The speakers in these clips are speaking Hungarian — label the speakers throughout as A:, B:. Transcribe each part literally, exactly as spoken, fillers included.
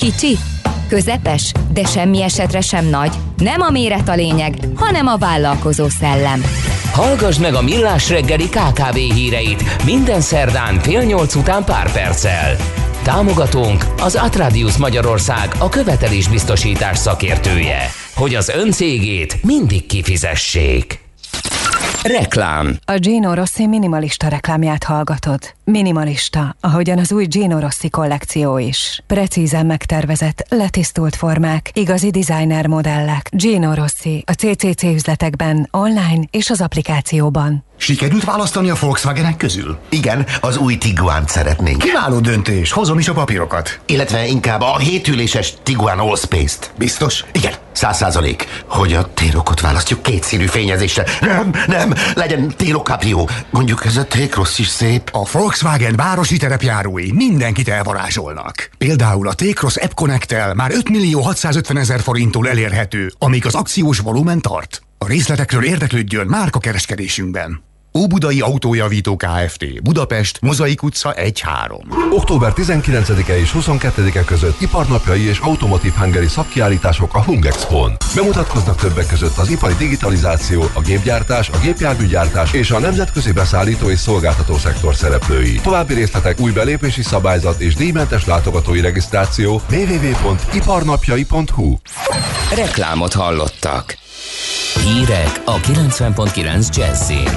A: Kicsi? Közepes? De semmi esetre sem nagy. Nem a méret a lényeg, hanem a vállalkozó szellem.
B: Hallgass meg a Millás reggeli ká ká vé híreit minden szerdán fél nyolc után pár perccel. Támogatónk az Atradius Magyarország, a követelésbiztosítás szakértője, hogy az ön cégét mindig kifizessék. Reklám.
C: A Gino Rossi minimalista reklámját hallgatod. Minimalista, ahogyan az új Gino Rossi kollekció is. Precízen megtervezett, letisztult formák, igazi designer modellek. Gino Rossi a cé cé cé üzletekben, online és az applikációban.
D: Sikerült választani a Volkswagenek közül?
E: Igen, az új Tiguant szeretnénk.
D: Kiváló döntés, hozom is a papírokat.
E: Illetve inkább a hétüléses Tiguan Allspace-t.
D: Biztos?
E: Igen, száz százalék. Hogy a térokot választjuk kétszínű fényezésre. Nem, nem, legyen Tero Caprio. Mondjuk ez a T-Cross is szép.
D: A Volkswagen városi terepjárói mindenkit elvarázsolnak. Például a T-Cross App Connect-tel már öt millió hatszázötvenezer forinttól elérhető, amíg az akciós volumen tart. A részletekről érdeklődjön márkakereskedésünkben. Óbudai Autójavító Kft. Budapest, Mozaik utca egy három.
F: október tizenkilencedike és huszonkettedike között iparnapjai és Automotive Hungary szakkiállítások a Hungexpon. Bemutatkoznak többek között az ipari digitalizáció, a gépgyártás, a gépjárműgyártás és a nemzetközi beszállító és szolgáltató szektor szereplői. További részletek, új belépési szabályzat és díjmentes látogatói regisztráció double-u double-u double-u pont iparnapjai pont hu.
B: Reklámot hallottak. Hírek a kilencven pont kilenc Jazzin.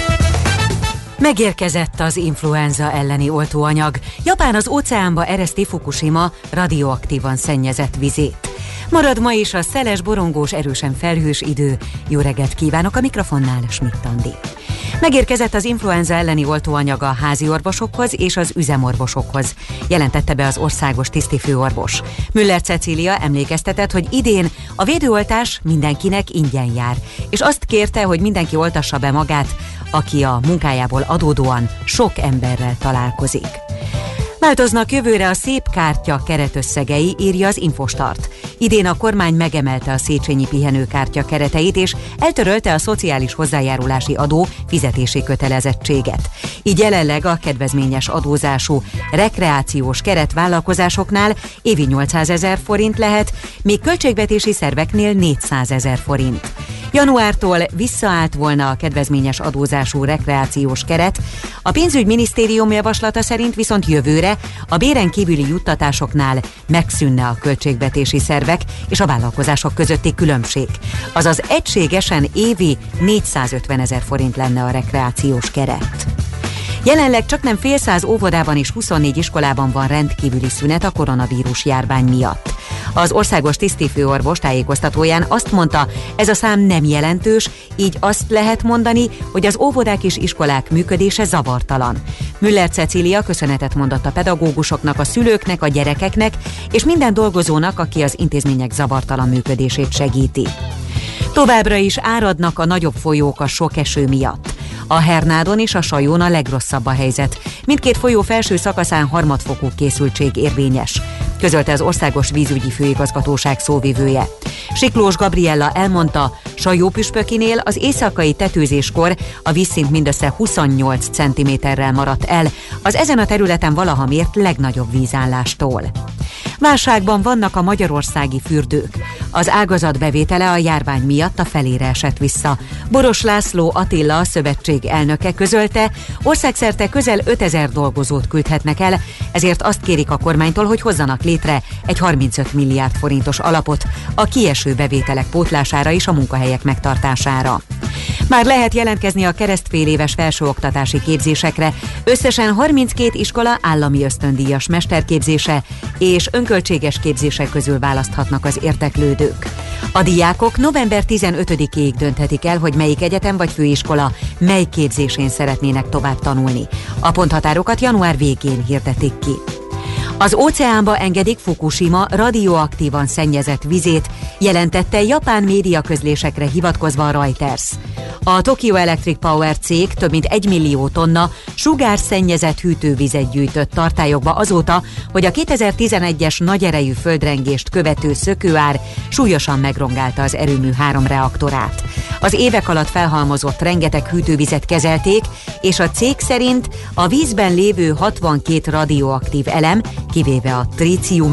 G: Megérkezett az influenza elleni oltóanyag. Japán az óceánba ereszti Fukushima radioaktívan szennyezett vizét. Marad ma is a szeles, borongós, erősen felhős idő. Jó reggelt kívánok, a mikrofonnál Schmidt Andi. Megérkezett az influenza elleni oltóanyag a házi orvosokhoz és az üzemorvosokhoz, jelentette be az országos tisztifőorvos. Müller Cecília emlékeztetett, hogy idén a védőoltás mindenkinek ingyen jár, és azt kérte, hogy mindenki oltassa be magát, aki a munkájából adódóan sok emberrel találkozik. Változnak jövőre a szép kártya keretösszegei, írja az Infostart. Idén a kormány megemelte a Széchenyi pihenőkártya kereteit, és eltörölte a szociális hozzájárulási adó fizetési kötelezettséget. Így jelenleg a kedvezményes adózású rekreációs keretvállalkozásoknál évi nyolcszázezer forint lehet, míg költségvetési szerveknél négyszázezer forint. Januártól visszaállt volna a kedvezményes adózású rekreációs keret, a pénzügyminisztérium javaslata szerint viszont jövőre a béren kívüli juttatásoknál megszűnne a költségvetési szervek és a vállalkozások közötti különbség. Azaz egységesen évi négyszázötvenezer forint lenne a rekreációs keret. Jelenleg csaknem fél száz óvodában és huszonnégy iskolában van rendkívüli szünet a koronavírus járvány miatt. Az országos tisztifőorvos tájékoztatóján azt mondta, ez a szám nem jelentős, így azt lehet mondani, hogy az óvodák és iskolák működése zavartalan. Müller Cecília köszönetet mondott a pedagógusoknak, a szülőknek, a gyerekeknek és minden dolgozónak, aki az intézmények zavartalan működését segíti. Továbbra is áradnak a nagyobb folyók a sok eső miatt. A Hernádon és a Sajón a legrosszabb a helyzet. Mindkét folyó felső szakaszán harmadfokú készültség érvényes, közölte az Országos Vízügyi Főigazgatóság szóvivője. Siklós Gabriella elmondta, Sajó-Püspökinél az éjszakai tetőzéskor a vízszint mindössze huszonnyolc centiméterrel maradt el, az ezen a területen valaha mért legnagyobb vízállástól. Válságban vannak a magyarországi fürdők. Az ágazat bevétele a járvány miatt a felére esett vissza. Boros László Attila, a szövetség elnöke közölte, országszerte közel ötezer dolgozót küldhetnek el, ezért azt kérik a kormánytól, hogy hozzanak létre egy harmincöt milliárd forintos alapot a kieső bevételek pótlására és a munkahelyek megtartására. Már lehet jelentkezni a keresztféléves felsőoktatási képzésekre. Összesen harminckét iskola állami ösztöndíjas mesterképzése és önköltséges képzések közül választhatnak az érdeklődők. A diákok november tizenötödikéig dönthetik el, hogy melyik egyetem vagy főiskola mely képzésén szeretnének tovább tanulni. A ponthatárokat január végén hirdetik ki. Az óceánba engedik Fukushima radioaktívan szennyezett vizét, jelentette japán médiaközlésekre hivatkozva a Reuters. A Tokyo Electric Power cég több mint egy millió tonna sugárszennyezett hűtővizet gyűjtött tartályokba azóta, hogy a kétezer-tizenegyes nagyerejű földrengést követő szökőár súlyosan megrongálta az erőmű három reaktorát. Az évek alatt felhalmozott rengeteg hűtővizet kezelték, és a cég szerint a vízben lévő hatvankét radioaktív elem, kivéve a tríciumé,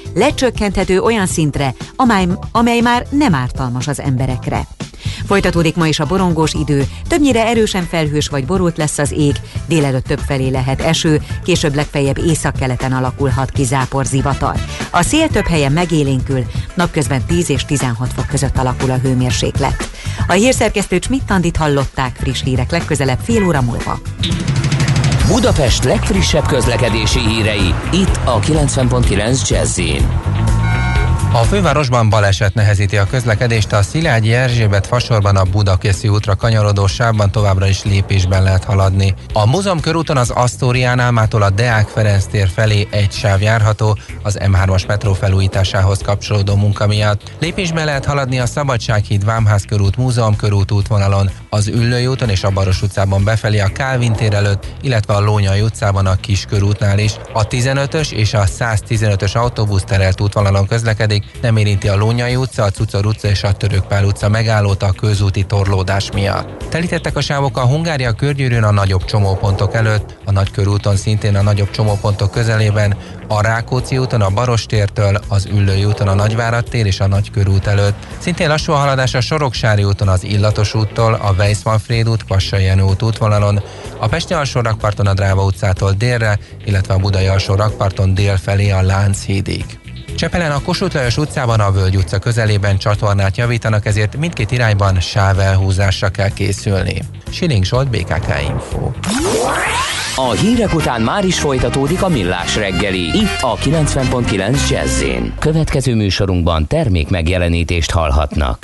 G: lecsökkenthető olyan szintre, amely, amely már nem ártalmas az emberekre. Folytatódik ma is a borongós idő, többnyire erősen felhős vagy borult lesz az ég, délelőtt többfelé lehet eső, később legfeljebb északkeleten alakulhat ki záporzivatar. A szél több helyen megélénkül, napközben tíz és tizenhat fok között alakul a hőmérséklet. A hírszerkesztő Schmidt-Andit hallották, friss hírek legközelebb fél óra múlva.
B: Budapest legfrissebb közlekedési hírei, itt a kilencven pont kilenc Jazz-in.
H: A fővárosban baleset nehezíti a közlekedést, a Szilágyi Erzsébet fasorban a Budakeszi útra kanyarodó sávban továbbra is lépésben lehet haladni. A Múzeum körúton az Asztóriánál mától a Deák Ferenc tér felé egy sáv járható, az em hármas metró felújításához kapcsolódó munka miatt. Lépésben lehet haladni a Szabadsághíd Vámház körút Múzeum körút útvonalon, az Üllői úton és a Baros utcában befelé a Kálvin tér előtt, illetve a Lónyai utcában a Kiskörútnál is. A tizenötös és a száztizenötös autóbusz terelt útvonalon közlekedik, nem érinti a Lónyai utca, a Cucor utca és a Törökpál utca megállót a közúti torlódás miatt. Telítettek a sávok a Hungária körgyűrűn a nagyobb csomópontok előtt, a Nagykörúton szintén a nagyobb csomópontok közelében, a Rákóczi úton a Barostértől, az Üllői úton a Nagyvárad tér és a Nagykörút előtt. Szintén lassú a haladás a Soroksári úton az Illatos úttól, a Weiss-Manfréd út, Kassai Jenő út útvonalon, a Pesti alsórakparton a Dráva utcától délre, illetve a Budai alsórakparton dél felé a Lánchídig. Csepelen a Kossuth Lajos utcában a Völgy utca közelében csatornát javítanak, ezért mindkét irányban sávelhúzásra kell készülni. Siling Zsolt, bé ká ká Info.
B: A hírek után már is folytatódik a Millás reggeli, itt a kilencven pont kilenc Jazz-én. Következő műsorunkban termék megjelenítést hallhatnak.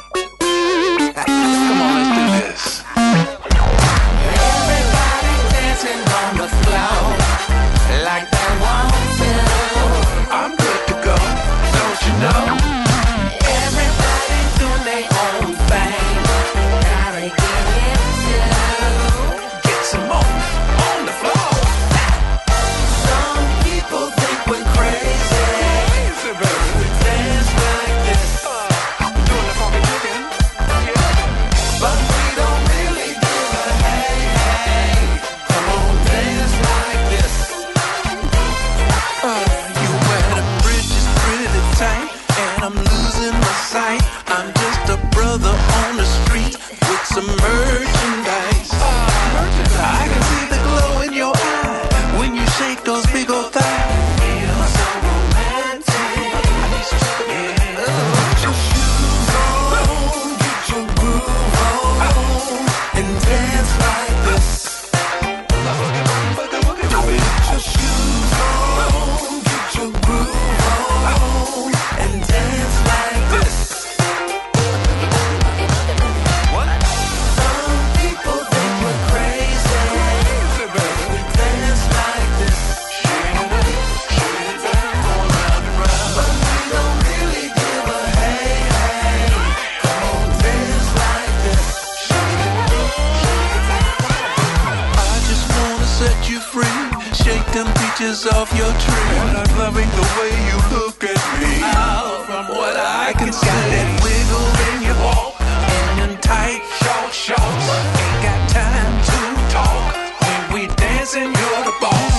I: Off your tree, and I'm loving the way you look at me. Oh, from what I can see, got that wiggle in your walk, in them tight short shorts. Ain't got time to talk when we dancing. You're the boss.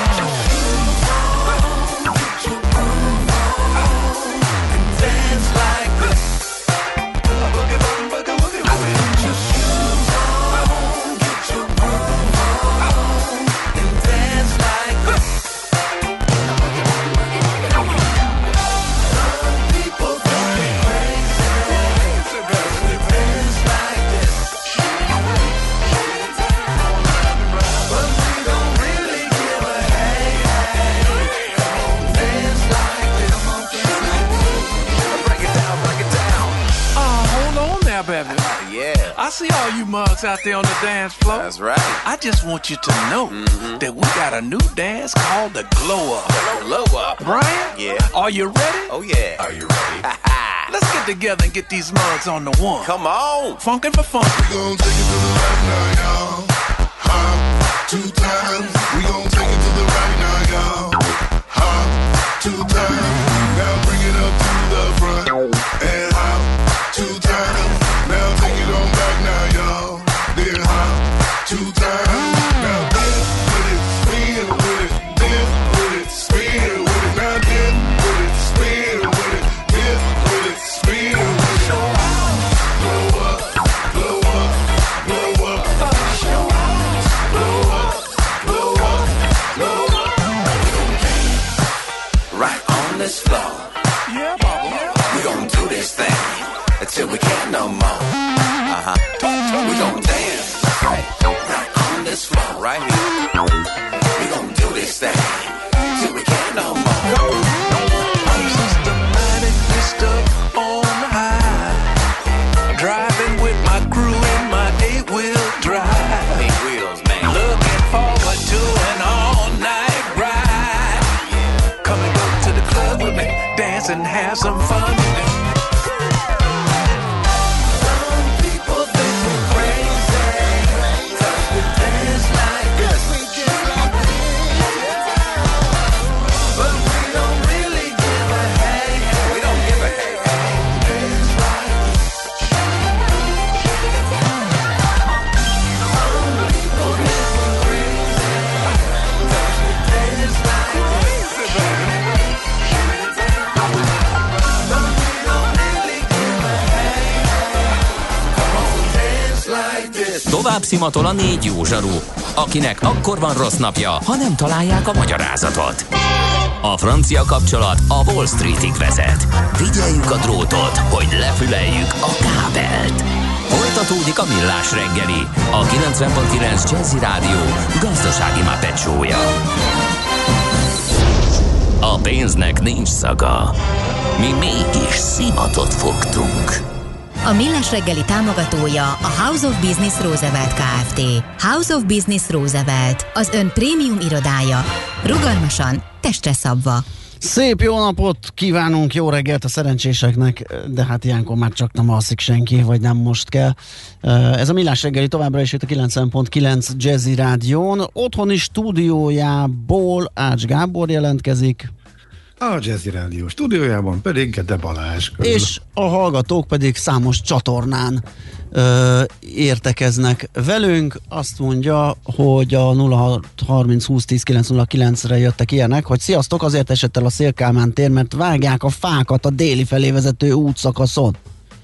I: I see all you mugs out there on the dance floor.
J: That's right.
I: I just want you to know
J: mm-hmm.
I: that we got a new dance called the Glow Up.
J: Glow Up.
I: Brian?
J: Yeah.
I: Are you ready?
J: Oh, yeah.
I: Are you ready? Let's get together and get these mugs on the one.
J: Come on.
I: Funkin' for fun.
K: We gon' take it to the right now, y'all. Hop two times. We gon' take it to the right now, y'all. Hop two times. Now bring it up to the front. And hop two times. Now take it on back now, y'all. Then hop two times. Now dip with it, spin with it, dip with it, spin with it. Now dip with it,
I: on this floor. Yeah, mama. We gon' do this thing until we can't no more. Uh-huh. We gon' dance right, right on this floor, right here. We gon' do this thing till we can't no more. I'm systematically stuck on high, driving with my crew in my eight-wheel drive. Eight wheels, man. Looking forward to an all-night ride. Come and go to the club with me, dance and have some fun.
B: Tovább szimatol a négy jó zsaru, akinek akkor van rossz napja, ha nem találják a magyarázatot. A francia kapcsolat a Wall Streetig vezet. Figyeljük a drótot, hogy lefüleljük a kábelt. Folytatódik a Millás reggeli, a kilencven pont kilenc Jazzy Rádió gazdasági Muppet show-ja. A pénznek nincs szaga. Mi mégis szimatot fogtunk.
J: A Millás reggeli támogatója a House of Business Roosevelt Kft. House of Business Roosevelt, az ön prémium irodája. Rugalmasan, testre szabva.
L: Szép jó napot kívánunk, jó reggelt a szerencséseknek, de hát ilyenkor már csak nem alszik senki, vagy nem most kell. Ez a Millás reggeli továbbra is itt a kilencven pont kilenc Jazzy Rádión. Otthoni stúdiójából Ács Gábor jelentkezik.
M: A Jazzy Rádió stúdiójában pedig Gede Balázs körül.
L: És a hallgatók pedig számos csatornán ö, értekeznek velünk. Azt mondja, hogy a nulla hat harminc húsz tíz kilenc nulla kilencre jöttek ilyenek, hogy sziasztok, azért esett el a Szél-Kálmán tér, mert vágják a fákat a déli felé vezető útszakaszon.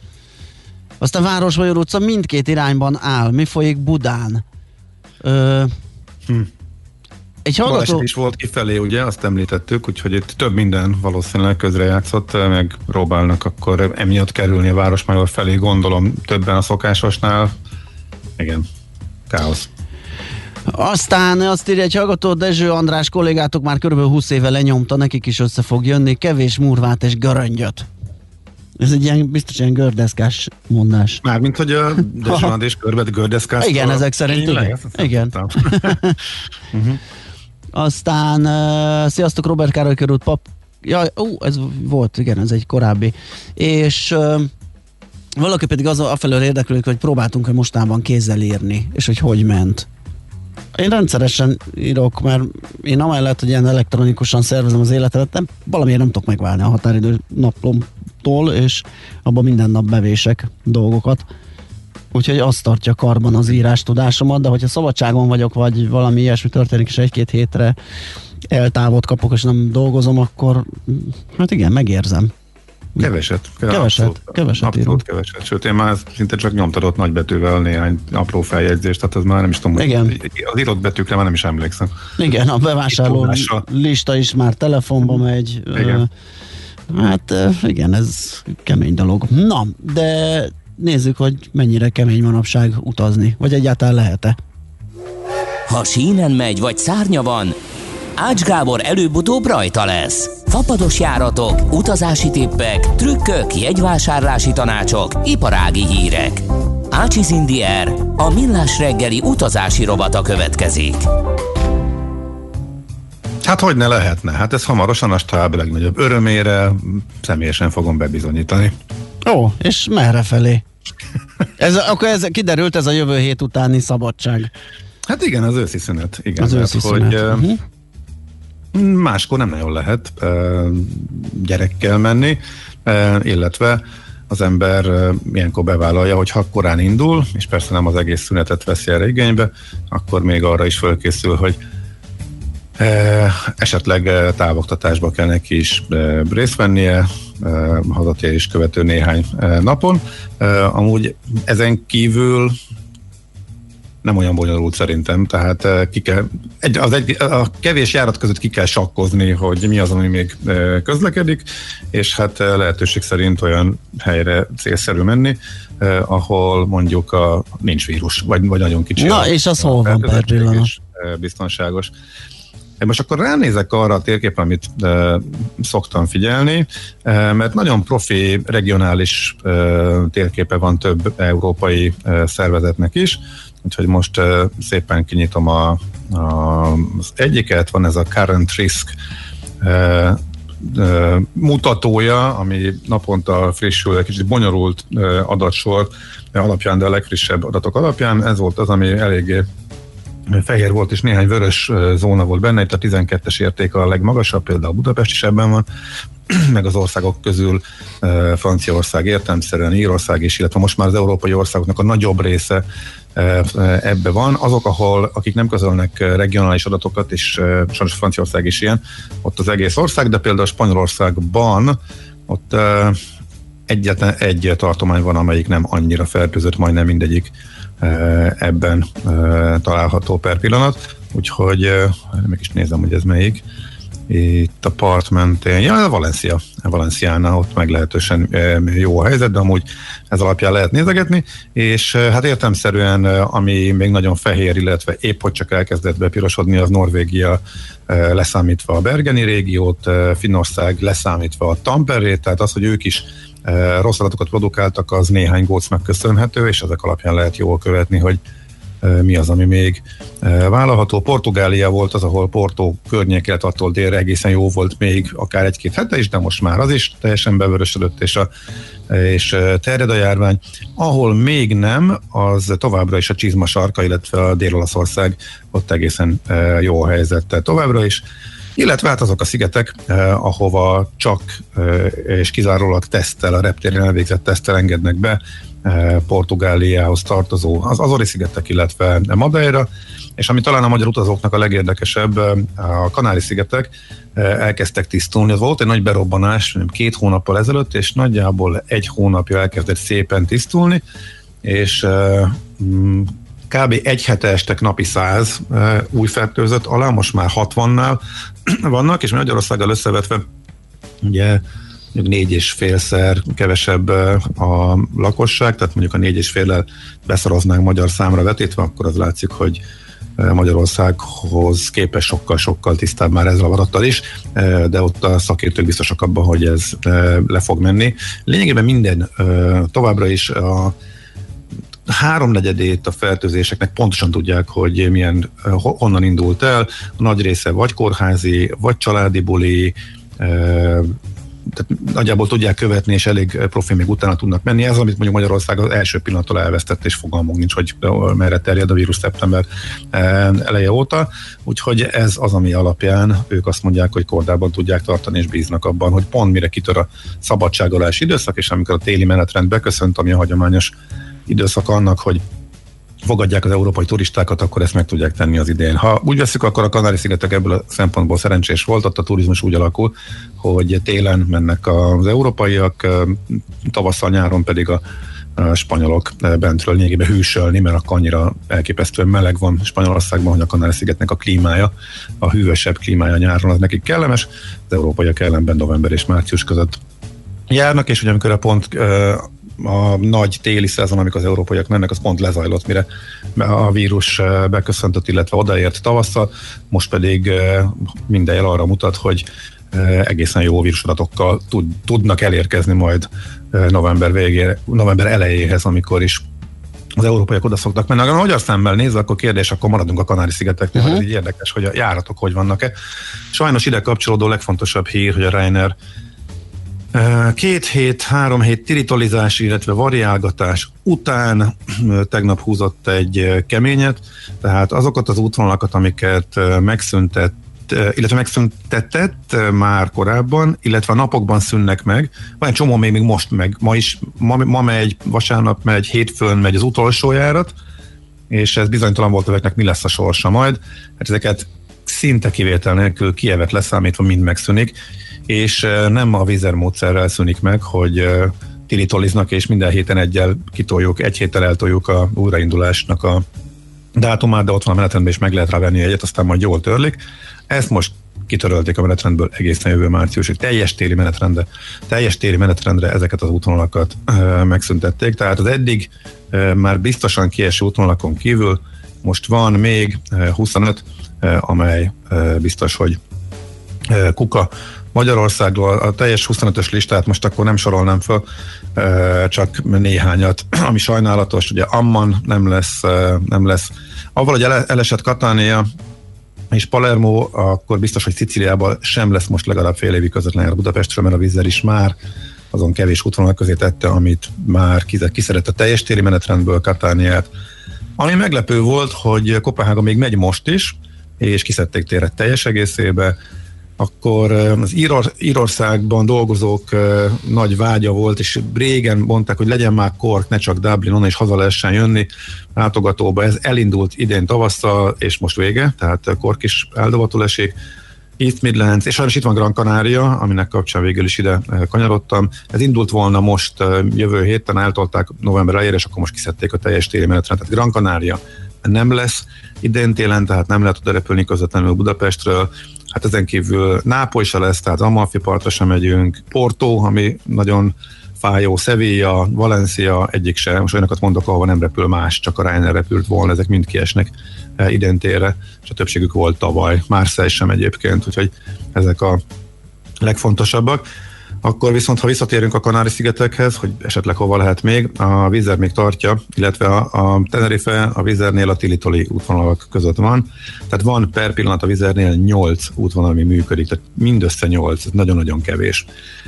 L: Aztán Városmajor utca mindkét irányban áll. Mi folyik Budán? Ö, hm. Egy hallgató...
M: Baleset is volt kifelé, ugye, azt említettük, úgyhogy itt több minden valószínűleg közrejátszott, meg próbálnak akkor emiatt kerülni a Városmajor felé, gondolom többen a szokásosnál. Igen, káosz.
L: Aztán azt írja egy hallgató, Dezső András kollégátok már körülbelül húsz éve lenyomta, nekik is össze fog jönni, kevés murvát és göröngyöt. Ez egy ilyen, biztos ilyen gördeszkás mondás.
M: Mármint, hogy a Dezső András körbet gördeszkás.
L: Igen, ezek szerint igen. Igen. uh-huh. Aztán uh, sziasztok, Robert Károly körült pap. Jaj, ú, ez volt, igen, ez egy korábbi. És uh, valaki pedig az afelől érdeklődik, hogy próbáltunk-e mostában kézzel írni, és hogy hogy ment. Én rendszeresen írok, mert én amellett, hogy ilyen elektronikusan szervezem az életet, nem, valamiért nem tudok megválni a határidő naplomtól, és abban minden nap bevések dolgokat. Úgyhogy azt tartja karban az írás tudásomat, de hogyha szabadságon vagyok, vagy valami ilyesmi történik, és egy-két hétre eltávot kapok, és nem dolgozom, akkor hát igen, megérzem.
M: Keveset.
L: Keveset,
M: abszolút,
L: keveset
M: abszolút keveset. Sőt, én már szinte csak nyomtatott nagybetűvel néhány apró feljegyzést, tehát az már nem is tudom,
L: igen.
M: Az írott betűkre már nem is emlékszem.
L: Igen, a bevásárló lista is már telefonba megy.
M: Igen.
L: Hát igen, ez kemény dolog. Na, de nézzük, hogy mennyire kemény manapság utazni, vagy egyáltalán lehet-e?
B: Ha sínen megy, vagy szárnya van, Ács Gábor előbb-utóbb rajta lesz. Fapados járatok, utazási tippek, trükkök, jegyvásárlási tanácsok, iparági hírek. Ácsiz in the Air, a Millás reggeli utazási rovata következik.
M: Hát hogy ne lehetne? Hát ez hamarosan a stáb legnagyobb örömére személyesen fogom bebizonyítani.
L: Ó, és merre felé? Ez, akkor ez kiderült, ez a jövő hét utáni szabadság.
M: Hát igen, az őszi szünet. Igen,
L: az őszi szünet. Hogy, uh-huh.
M: Máskor nem nagyon lehet gyerekkel menni, illetve az ember ilyenkor bevállalja, hogy ha korán indul, és persze nem az egész szünetet veszi erre igénybe, akkor még arra is felkészül, hogy esetleg távoktatásba kell neki is részt vennie, hazatérés követő néhány napon. Amúgy ezen kívül nem olyan bonyolult szerintem, tehát ki kell, egy, az egy, a kevés járat között ki kell sakkozni, hogy mi az, ami még közlekedik, és hát lehetőség szerint olyan helyre célszerű menni, ahol mondjuk a, nincs vírus, vagy, vagy nagyon kicsi.
L: Na, és az hol van per pillanat?
M: Biztonságos. Én most akkor ránézek arra a térképre, amit e, szoktam figyelni, e, mert nagyon profi regionális e, térképe van több európai e, szervezetnek is, úgyhogy most e, szépen kinyitom a, a, az egyiket, van ez a Current Risk e, e, mutatója, ami naponta frissül, egy kicsit bonyolult e, adatsor alapján, de a legfrissebb adatok alapján. Ez volt az, ami eléggé fehér volt, és néhány vörös zóna volt benne, itt a tizenkettes érték a legmagasabb, például Budapest is ebben van, meg az országok közül Franciaország értelemszerűen, Írország is, illetve most már az európai országoknak a nagyobb része ebbe van. Azok, ahol, akik nem közölnek regionális adatokat, és sajnos Franciaország is ilyen, ott az egész ország, de például Spanyolországban ott egyetlen egy tartomány van, amelyik nem annyira fertőzött, majdnem mindegyik ebben található per pillanat, úgyhogy meg is nézem, hogy ez melyik. Itt a part mentén, ja, a Valencia, a Valenciánál ott meglehetősen jó a helyzet, de amúgy ez alapján lehet nézegetni, és hát értelemszerűen, ami még nagyon fehér, illetve épp hogy csak elkezdett bepirosodni, az Norvégia leszámítva a Bergeni régiót, Finnország leszámítva a Tamperét, tehát az, hogy ők is rossz adatokat produkáltak, az néhány gócnak köszönhető, és ezek alapján lehet jól követni, hogy mi az, ami még vállalható. Portugália volt az, ahol Porto környék, illetve attól délre egészen jó volt még akár egy-két hete is, de most már az is teljesen bevörösödött, és, a, és terjed a járvány. Ahol még nem, az továbbra is a csizma sarka, illetve a Dél-Olaszország, ott egészen jó a helyzet továbbra is. Illetve hát azok a szigetek, eh, ahova csak eh, és kizárólag teszttel, a reptéren elvégzett teszttel engednek be eh, Portugáliához tartozó az Azori-szigetek, illetve Madeira, és ami talán a magyar utazóknak a legérdekesebb, a Kanári-szigetek eh, elkezdtek tisztulni. Az volt egy nagy berobbanás két hónappal ezelőtt, és nagyjából egy hónapja elkezdett szépen tisztulni, és eh, mm, kb. egy hete estek napi száz e, új fertőzött alá, most már hatvannál vannak, és Magyarországgal összevetve ugye négy és félszer kevesebb a lakosság, tehát mondjuk a négy és féllel beszoroznánk magyar számra vetítve, akkor az látszik, hogy Magyarországhoz képest sokkal-sokkal tisztább már ezzel a adattal is, de ott a szakértők biztosak abban, hogy ez le fog menni. Lényegében minden továbbra is a háromnegyedét a fertőzéseknek pontosan tudják, hogy milyen, honnan indult el. A nagy része vagy kórházi, vagy családi buli, tehát nagyjából tudják követni, és elég profi még utána tudnak menni. Ez, amit mondjuk Magyarország az első pillanattól elvesztett, és fogalmunk nincs, hogy merre terjed a vírus szeptember eleje óta. Úgyhogy ez az, ami alapján ők azt mondják, hogy kordában tudják tartani, és bíznak abban, hogy pont mire kitör a szabadságolási időszak, és amikor a téli menetrend beköszönt, ami a hagyományos időszak annak, hogy fogadják az európai turistákat, akkor ezt meg tudják tenni az idén. Ha úgy veszük, akkor a Kanári-szigetek ebből a szempontból szerencsés volt, ott a turizmus úgy alakul, hogy télen mennek az európaiak, tavasszal, nyáron pedig a spanyolok bentről lényegében hűsölni, mert akkor annyira elképesztően meleg van Spanyolországban, hogy a Kanári-szigetnek a klímája, a hűvösebb klímája nyáron az nekik kellemes, az európaiak ellenben november és március között járnak, és ugye amikor a pont a nagy téli szezon, amikor az európaiak mennek, az pont lezajlott, mire a vírus beköszöntött, illetve odaért tavasszal, most pedig minden jel arra mutat, hogy egészen jó vírusadatokkal tud, tudnak elérkezni majd november végére, november elejéhez, amikor is az európaiak oda szoktak menni. Ha a magyar szemmel nézve, akkor kérdés, akkor maradunk a Kanári-szigeteknél, uh-huh. Ez így érdekes, hogy a járatok hogy vannak-e. Sajnos ide kapcsolódó legfontosabb hír, hogy a Ryanair két hét, három hét tiritolizás, illetve variálgatás után tegnap húzott egy keményet, tehát azokat az útvonalakat, amiket megszüntett, illetve megszüntetett már korábban, illetve a napokban szűnnek meg. Van egy csomó még, még most meg, ma is, ma, ma megy, vasárnap megy, hétfőn megy az utolsó járat, és ez bizonytalan volt, hogy mi lesz a sorsa majd. Hát ezeket szinte kivétel nélkül Kijevet leszámítva mind megszűnik, és nem a Wizz Air módszerrel szűnik meg, hogy tiritoliznak, és minden héten egyel kitoljuk, egy héttel eltoljuk a újraindulásnak a dátumát, de ott van a menetrendben, és meg lehet rá venni egyet, aztán majd jól törlik. Ezt most kitörölték a menetrendből egészen jövő márciusig. Teljes téli menetrendre, teljes téli menetrendre ezeket az útvonalakat e, megszüntették, tehát az eddig e, már biztosan kieső útvonalakon kívül most van még e, huszonöt, e, amely e, biztos, hogy e, kuka. Magyarországról a teljes huszonötös listát most akkor nem sorolnám föl, e, csak néhányat, ami sajnálatos, ugye Amman nem lesz, e, nem lesz. Avval, hogy ele, elesett Catania és Palermo, akkor biztos, hogy Szicíliában sem lesz most legalább fél évig közvetlen jár Budapestről, mert a Wizz Air is már azon kevés útvonal közé tette, amit már kiszedett a teljes téri menetrendből Cataniát. Ami meglepő volt, hogy Koppenhága még megy most is, és kiszedték téret teljes egészébe, akkor az Íror, Írországban dolgozók uh, nagy vágya volt, és régen mondták, hogy legyen már Cork, ne csak Dublin, onnan is haza lehessen jönni látogatóba. Ez elindult idén tavasszal, és most vége, tehát Cork is eldovatul esik. East Midlands, és sajnos itt van Gran Canaria, aminek kapcsán végül is ide kanyarodtam. Ez indult volna most jövő héten, eltolták november elejére, és akkor most kiszedték a teljes téli menetrendet. Tehát Gran Canaria nem lesz idén télen, tehát nem lehet oda repülni közvetlenül Budapestről. Hát ezen kívül Nápoly se lesz, tehát Amalfi partra sem megyünk, Porto, ami nagyon fájó, Sevilla, Valencia, egyik sem, most olyanokat mondok, ahova nem repül más, csak a Ryanair repült volna, ezek mind kiesnek idén térre, és a többségük volt tavaly, Marseille sem egyébként, úgyhogy ezek a legfontosabbak. Akkor viszont, ha visszatérünk a Kanári-szigetekhez, hogy esetleg hova lehet még, a Wizz Air még tartja, illetve a, a Tenerife a Wizz Airnél a Tili-Toli útvonalak között van. Tehát van per pillanat a Wizz Airnél nyolc útvonal, ami működik, tehát mindössze nyolc, ez nagyon-nagyon kevés.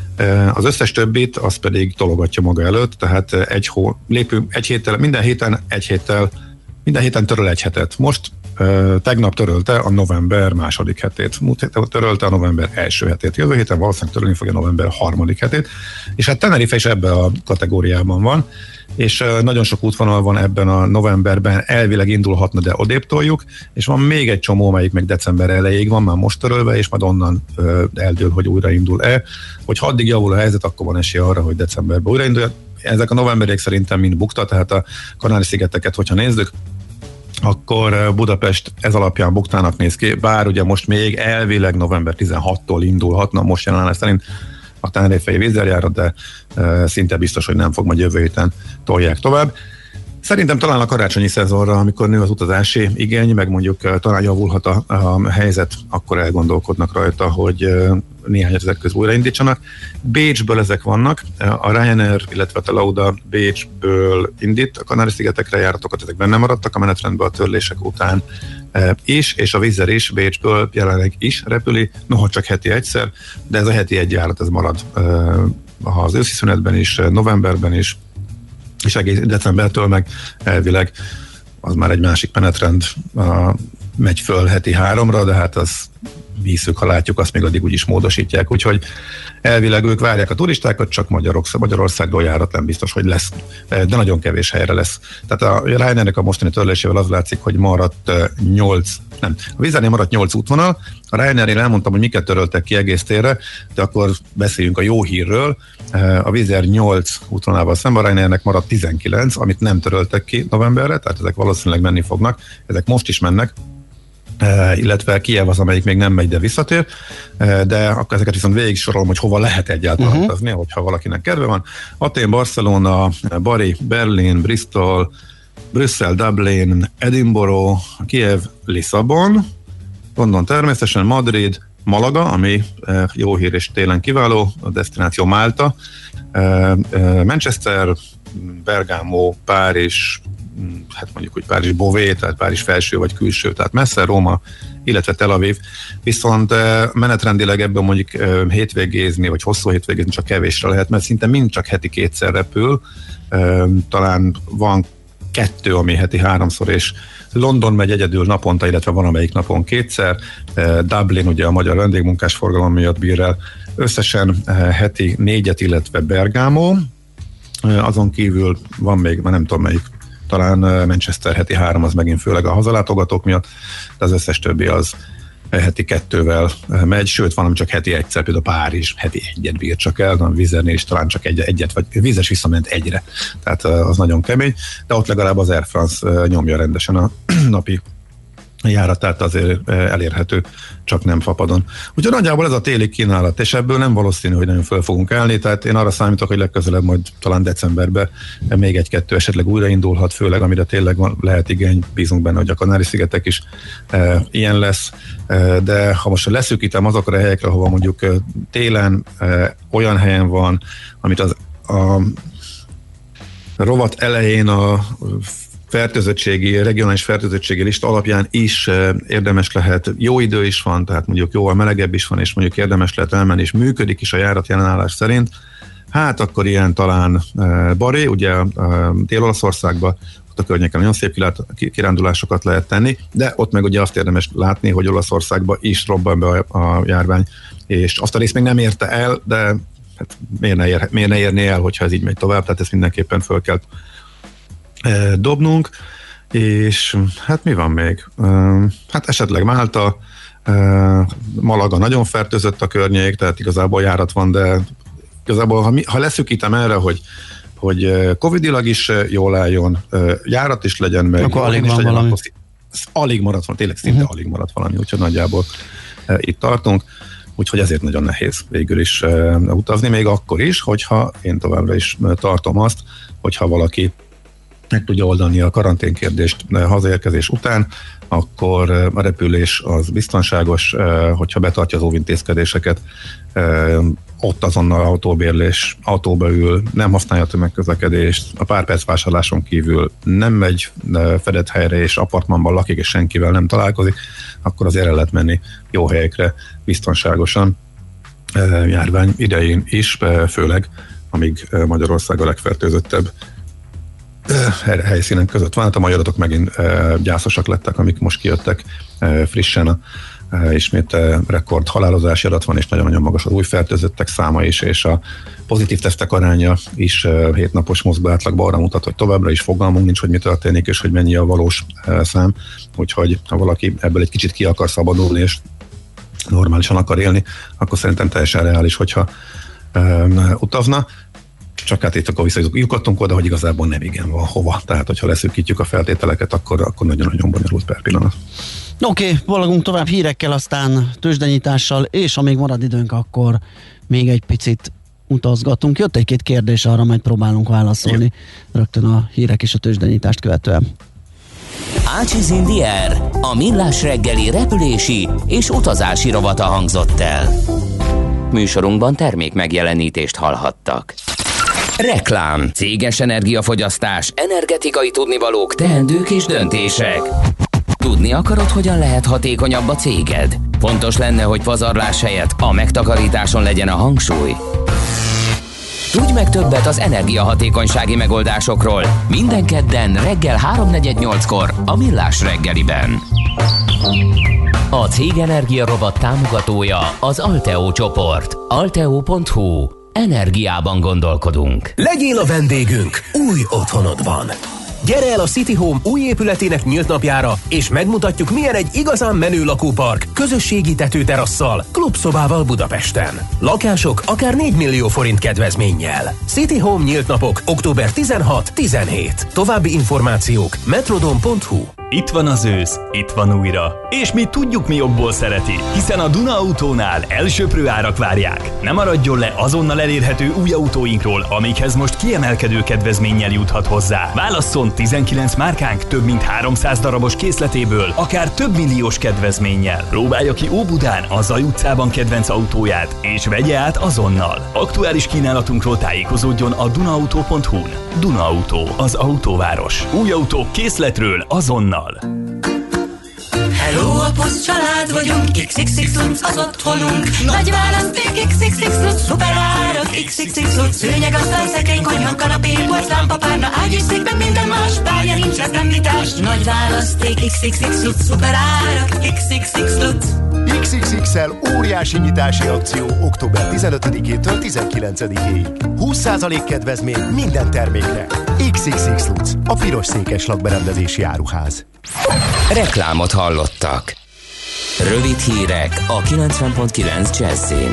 M: Az összes többit az pedig tologatja maga előtt, tehát egy, hó, lépünk, egy héttel, minden héten egy héttel, minden héten töröl egy hetet. Most tegnap törölte a november második hetét, múlt héten törölte a november első hetét, jövő héten valószínűleg törölni fogja a november harmadik hetét, és hát Tenerife is ebben a kategóriában van, és nagyon sok útvonal van ebben a novemberben, elvileg indulhatna, de odébb toljuk, és van még egy csomó, melyik meg december elejéig van, már most törölve, és majd onnan eldől, hogy újraindul-e. Hogyha addig javul a helyzet, akkor van esély arra, hogy decemberben újraindul. Ezek a novemberiek szerintem mind bukta, tehát a Kanári-szigeteket, hogyha nézzük, akkor Budapest ez alapján buktának néz ki, bár ugye most még elvileg november tizenhatodikától indulhatna, most jelenleg szerint a Tenerife-i Wizz Air járat, de e, szinte biztos, hogy nem fog, majd jövő héten tolják tovább. Szerintem talán a karácsonyi szezonra, amikor nő az utazási igény, meg mondjuk talán javulhat a, a helyzet, akkor elgondolkodnak rajta, hogy néhány ezek közül újraindítsanak. Bécsből ezek vannak, a Ryanair, illetve a Lauda Bécsből indít, a Kanári-szigetekre járatokat, ezek benne maradtak a menetrendben a törlések után is, és a Wizz Air is Bécsből jelenleg is repüli, noha csak heti egyszer, de ez a heti egy járat, ez marad az őszi szünetben is, novemberben is, és egész decembertől meg elvileg az már egy másik menetrend, a, megy föl heti háromra, de hát az hiszük, ha látjuk, azt még addig úgyis módosítják, úgyhogy elvileg ők várják a turistákat, csak Magyarország, Magyarországról járat nem biztos, hogy lesz, de nagyon kevés helyre lesz. Tehát a Ryanairnek a mostani törlésével az látszik, hogy maradt nyolc, nem, a Wizz Airnél maradt nyolc útvonal, a Ryanairnél elmondtam, hogy miket töröltek ki egész térre, de akkor beszéljünk a jó hírről. A Wizz Air nyolc útvonalával szemben, a Ryanairnek maradt tizenkilenc, amit nem töröltek ki novemberre, tehát ezek valószínűleg menni fognak, ezek most is mennek, Uh, illetve Kijev az, amelyik még nem megy, de visszatér, uh, de akkor ezeket viszont végig sorolom, hogy hova lehet egyáltalán uh-huh. utazni, hogyha valakinek kedve van. Atén, Barcelona, Bari, Berlin, Bristol, Brüsszel, Dublin, Edinburgh, Kijev, Lisszabon, London természetesen, Madrid, Malaga, ami uh, jó hír és télen kiváló, a desztináció Málta, uh, uh, Manchester, Bergamo, Párizs, hát mondjuk, hogy Párizs Bové, tehát Párizs felső vagy külső, tehát messze, Róma, illetve Tel Aviv. Viszont menetrendileg ebből mondjuk hétvégézni, vagy hosszú hétvégézni csak kevésre lehet, mert szinte mind csak heti kétszer repül. Talán van kettő, ami heti háromszor, és London megy egyedül naponta, illetve van amelyik napon kétszer. Dublin ugye a magyar vendégmunkás forgalom miatt bír el. Összesen heti négyet, illetve Bergamo. Azon kívül van még, már nem tudom melyik, talán Manchester heti három, az megint főleg a hazalátogatók miatt, de az összes többi az heti kettővel megy, sőt, van, ami csak heti egyszer, például Párizs heti egyet bír csak el, a Vizernél is talán csak egy, egyet, vagy Vizes visszament egyre, tehát az nagyon kemény, de ott legalább az Air France nyomja rendesen a napi járatát, azért elérhető, csak nem fapadon. Úgyhogy nagyjából ez a téli kínálat, és ebből nem valószínű, hogy nagyon föl fogunk állni, tehát én arra számítok, hogy legközelebb majd talán decemberben még egy-kettő esetleg újraindulhat, főleg amire tényleg van, lehet igény, bízunk benne, hogy a Kanári-szigetek is e, ilyen lesz, e, de ha most leszűkítem azokra a helyekre, ahova mondjuk télen e, olyan helyen van, amit az a rovat elején a fertőzöttségi, regionális fertőzöttségi lista alapján is érdemes lehet, jó idő is van, tehát mondjuk jóval melegebb is van, és mondjuk érdemes lehet elmenni, és működik is a járat jelenállás szerint, hát akkor ilyen talán Baré, ugye Dél-Olaszországban, ott a környéken nagyon szép kirándulásokat lehet tenni, de ott meg ugye azt érdemes látni, hogy Olaszországban is robban be a járvány, és azt a részt még nem érte el, de hát miért ne, ér, miért ne érné el, hogyha ez így megy tovább, tehát ezt mindenképpen föl kell dobnunk, és hát mi van még? Hát esetleg Málta, Malaga nagyon fertőzött a környék, tehát igazából járat van, de igazából ha, mi, ha leszűkítem erre, hogy hogy covidilag is jól álljon, járat is legyen meg,
L: akkor alig van
M: legyen,
L: valami.
M: akkor alig maradt van, tényleg szinte uh-huh. alig maradt valami, úgyhogy nagyjából itt tartunk, úgyhogy ezért nagyon nehéz végül is utazni, még akkor is, hogyha én továbbra is tartom azt, hogyha valaki meg tudja oldani a karanténkérdést hazaérkezés után, akkor a repülés az biztonságos, hogyha betartja az óvintézkedéseket, ott azonnal autóbérlés, autóba ül, nem használja a tömegközlekedést, a pár perc vásárláson kívül nem megy fedett helyre, és apartmanban lakik, és senkivel nem találkozik, akkor azért el lehet menni jó helyekre biztonságosan járvány idején is, főleg amíg Magyarország a legfertőzöttebb helyszínen között van. Hát a magyaratok megint gyászosak lettek, amik most kijöttek frissen, a, ismét rekord halálozási adat van, és nagyon-nagyon magas az új fertőzöttek száma is, és a pozitív tesztek aránya is hétnapos mozgó átlagban arra mutat, hogy továbbra is fogalmunk nincs, hogy mi történik, és hogy mennyi a valós szám, úgyhogy ha valaki ebből egy kicsit ki akar szabadulni, és normálisan akar élni, akkor szerintem teljesen reális, hogyha um, utazna. Csak hát itt akkor visszajutottunk oda, hogy igazából nem igen van hova. Tehát, hogyha leszűkítjük a feltételeket, akkor, akkor nagyon-nagyon bonyolult per pillanat.
L: Oké, okay, balagunk tovább hírekkel, aztán tőzsdenyitással, és amíg marad időnk, akkor még egy picit utazgatunk. Jött egy-két kérdés, arra majd próbálunk válaszolni. Jó. Rögtön a hírek és a tőzsdenyitást követően.
B: Ácsiz Indiér, a millás reggeli repülési és utazási rovata hangzott el. Műsorunkban termék megjelenítést hallhattak. Reklám, céges energiafogyasztás, energetikai tudnivalók, teendők és döntések. Tudni akarod, hogyan lehet hatékonyabb a céged? Fontos lenne, hogy pazarlás helyett a megtakarításon legyen a hangsúly. Tudj meg többet az energiahatékonysági megoldásokról minden kedden reggel háromnegyednyolckor a Millás reggeliben. A Cég Energia rovat támogatója az Alteo csoport. alteo pont hu. Energiában gondolkodunk.
N: Legyél a vendégünk új otthonodban. Gyere el a City Home új épületének nyílt napjára, és megmutatjuk, milyen egy igazán menő lakópark, közösségi tetőterasszal, klubszobával Budapesten. Lakások akár négy millió forint kedvezménnyel. City Home nyílt napok október tizenhat-tizenhét. További információk metrodon pont hu.
O: Itt van az ősz, itt van újra. És mi tudjuk, mi jobból szereti, hiszen a Duna Autónál elsöprő árak várják. Ne maradjon le azonnal elérhető új autóinkról, amikhez most kiemelkedő kedvezménnyel juthat hozzá. Válasszon tizenkilenc márkánk több mint háromszáz darabos készletéből, akár több milliós kedvezménnyel. Próbálja ki Óbudán, a Zaj utcában kedvenc autóját, és vegye át azonnal. Aktuális kínálatunkról tájékozódjon a dunaauto pont hu-n. Duna Autó, az autóváros. Új autók készletről azonnal.
P: Hello, a Pusz család vagyunk, iksz iksz iksz Lutz az otthonunk. Nagy választék, iksz iksz iksz Lutz, szuper árak, iksz iksz iksz Lutz, szőnyeg, asztal, szekrény, konyha, kanapé, porcelán, párna, ágy és székben minden más, bárja nincs, lesz említás. Nagy választék, iksz iksz iksz Lutz, szuper árak, iksz iksz iksz Lutz.
Q: iksz iksz iksz-el óriási nyitási akció október tizenötödikétől tizenkilencedikéig. húsz százalék kedvezmény minden termékre. iksz iksz iksz Lutz, a piros székes lakberendezési áruház.
B: Reklámot hallottak. Rövid hírek a kilencven pont kilenc Jazzin.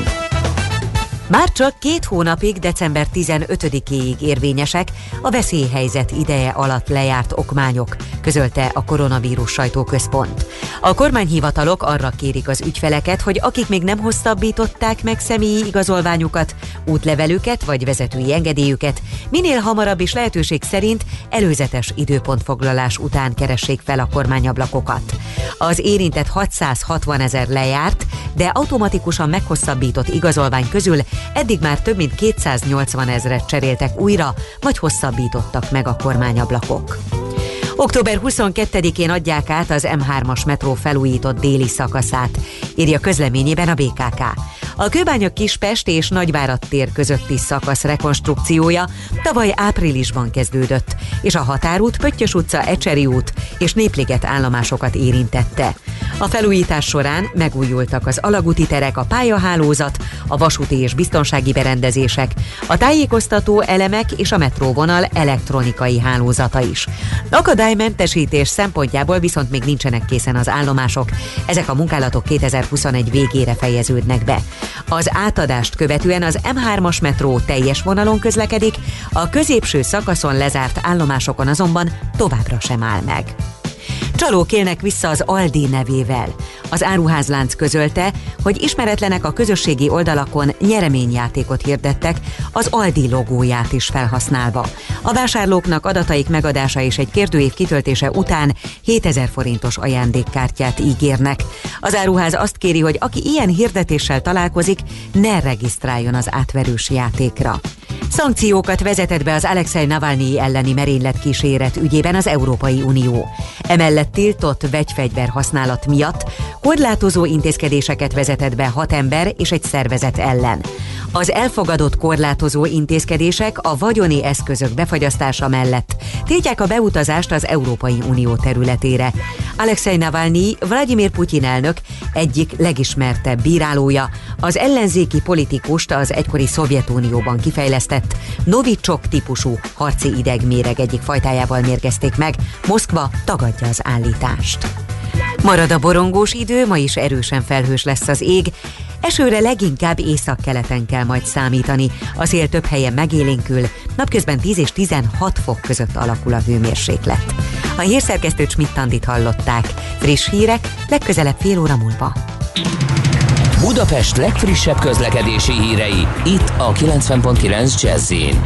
G: Már csak két hónapig, december tizenötödikéig érvényesek a veszélyhelyzet ideje alatt lejárt okmányok, közölte a koronavírus sajtóközpont. A kormányhivatalok arra kérik az ügyfeleket, hogy akik még nem hosszabbították meg személyi igazolványukat, útlevelüket vagy vezetői engedélyüket, minél hamarabb és lehetőség szerint előzetes időpontfoglalás után keressék fel a kormányablakokat. Az érintett hatszázhatvanezer lejárt, de automatikusan meghosszabbított igazolvány közül eddig már több mint kétszáznyolcvanezret cseréltek újra, vagy hosszabbítottak meg a kormányablakok. október huszonkettedikén adják át az em hármas metró felújított déli szakaszát, írja közleményében a bé ká ká. A Kőbánya-Kispest és Nagyvárad tér közötti szakasz rekonstrukciója tavaly áprilisban kezdődött, és a Határút, Pöttyös utca, Ecseri út és Népliget állomásokat érintette. A felújítás során megújultak az alagúti terek, a pályahálózat, a vasúti és biztonsági berendezések, a tájékoztató elemek és a metróvonal elektronikai hálózata is. Akadálymentesítés szempontjából viszont még nincsenek készen az állomások, ezek a munkálatok kétezer-huszonegy végére fejeződnek be. Az átadást követően az em hármas metró teljes vonalon közlekedik, a középső szakaszon lezárt állomásokon azonban továbbra sem áll meg. Csalók élnek vissza az Aldi nevével. Az áruházlánc közölte, hogy ismeretlenek a közösségi oldalakon nyereményjátékot hirdettek, az Aldi logóját is felhasználva. A vásárlóknak adataik megadása és egy kérdőív kitöltése után hétezer forintos ajándékkártyát ígérnek. Az áruház azt kéri, hogy aki ilyen hirdetéssel találkozik, ne regisztráljon az átverős játékra. Szankciókat vezetett be az Alexej Navalnyi elleni merényletkíséret ügyében az Európai Unió. Emellett tiltott vegyfegyver használat miatt korlátozó intézkedéseket vezetett be hat ember és egy szervezet ellen. Az elfogadott korlátozó intézkedések a vagyoni eszközök befagyasztása mellett tiltják a beutazást az Európai Unió területére. Alexej Navalnyi Vladimir Putyin elnök egyik legismertebb bírálója, az ellenzéki politikust az egykori Szovjetunióban kifejlesztett Novichok típusú harci idegméreg egyik fajtájával mérgezték meg, Moszkva tagadja az állítást. Marad a borongós idő, ma is erősen felhős lesz az ég, esőre leginkább északkeleten kell majd számítani, a szél több helyen megélénkül, napközben tíz és tizenhat fok között alakul a hőmérséklet. A hírszerkesztő Schmidt-Andit hallották. Friss hírek legközelebb fél óra múlva.
B: Budapest legfrissebb közlekedési hírei, itt a kilencven pont kilenc Jazz-in.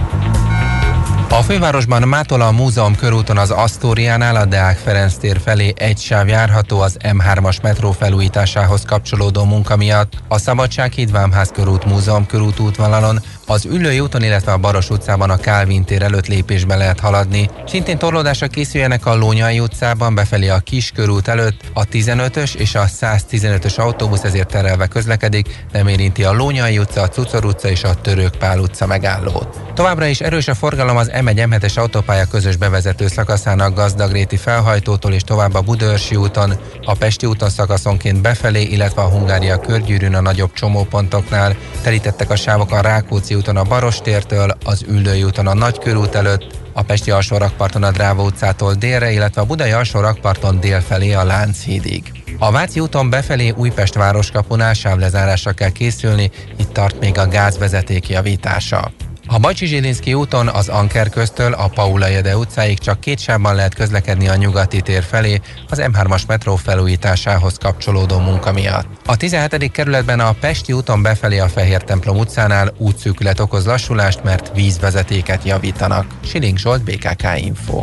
H: A fővárosban mától a Múzeum körúton az Asztóriánál a Deák Ferenc tér felé egy sáv járható az em hármas metró felújításához kapcsolódó munka miatt, a Szabadsághíd Vámház körút Múzeum körút útvonalon, az Üllői úton, illetve a Baros utcában a Kálvin tér előtt lépésbe lehet haladni. Szintén torlódásra készüljenek a Lónyai utcában befelé a Kiskörút előtt, a tizenötös és a száztizenötös autóbusz ezért terelve közlekedik, nem érinti a Lónyai utca, a Cucor utca és a Török Pál utca megállót. Továbbra is erős a forgalom az em egy em hetes autópálya közös bevezető szakaszának Gazdagréti felhajtótól és tovább a Budaörsi úton, a Pesti úton szakaszonként befelé, illetve a Hungária körgyűrűn a nagyobb csomópontoknál. Terítettek a sávok a Rákóczi úton a Barostértől, az Üllői úton a Nagykörút előtt, a Pesti alsórakparton a Dráva utcától délre, illetve a Budai alsórakparton dél felé a Lánchídig. A Váci úton befelé Újpest városkapunál sávlezárásra kell készülni, itt tart még a gázvezeték javítása. A Bajcsy-Zsilinszky úton az Anker köztől a Paula Jede utcáig csak két sávban lehet közlekedni a Nyugati tér felé az em hármas metró felújításához kapcsolódó munka miatt. A tizenhetedik kerületben a Pesti úton befelé a Fehér templom utcánál útszűkület okoz lassulást, mert vízvezetéket javítanak. Siling Zsolt, bé ká ká Info.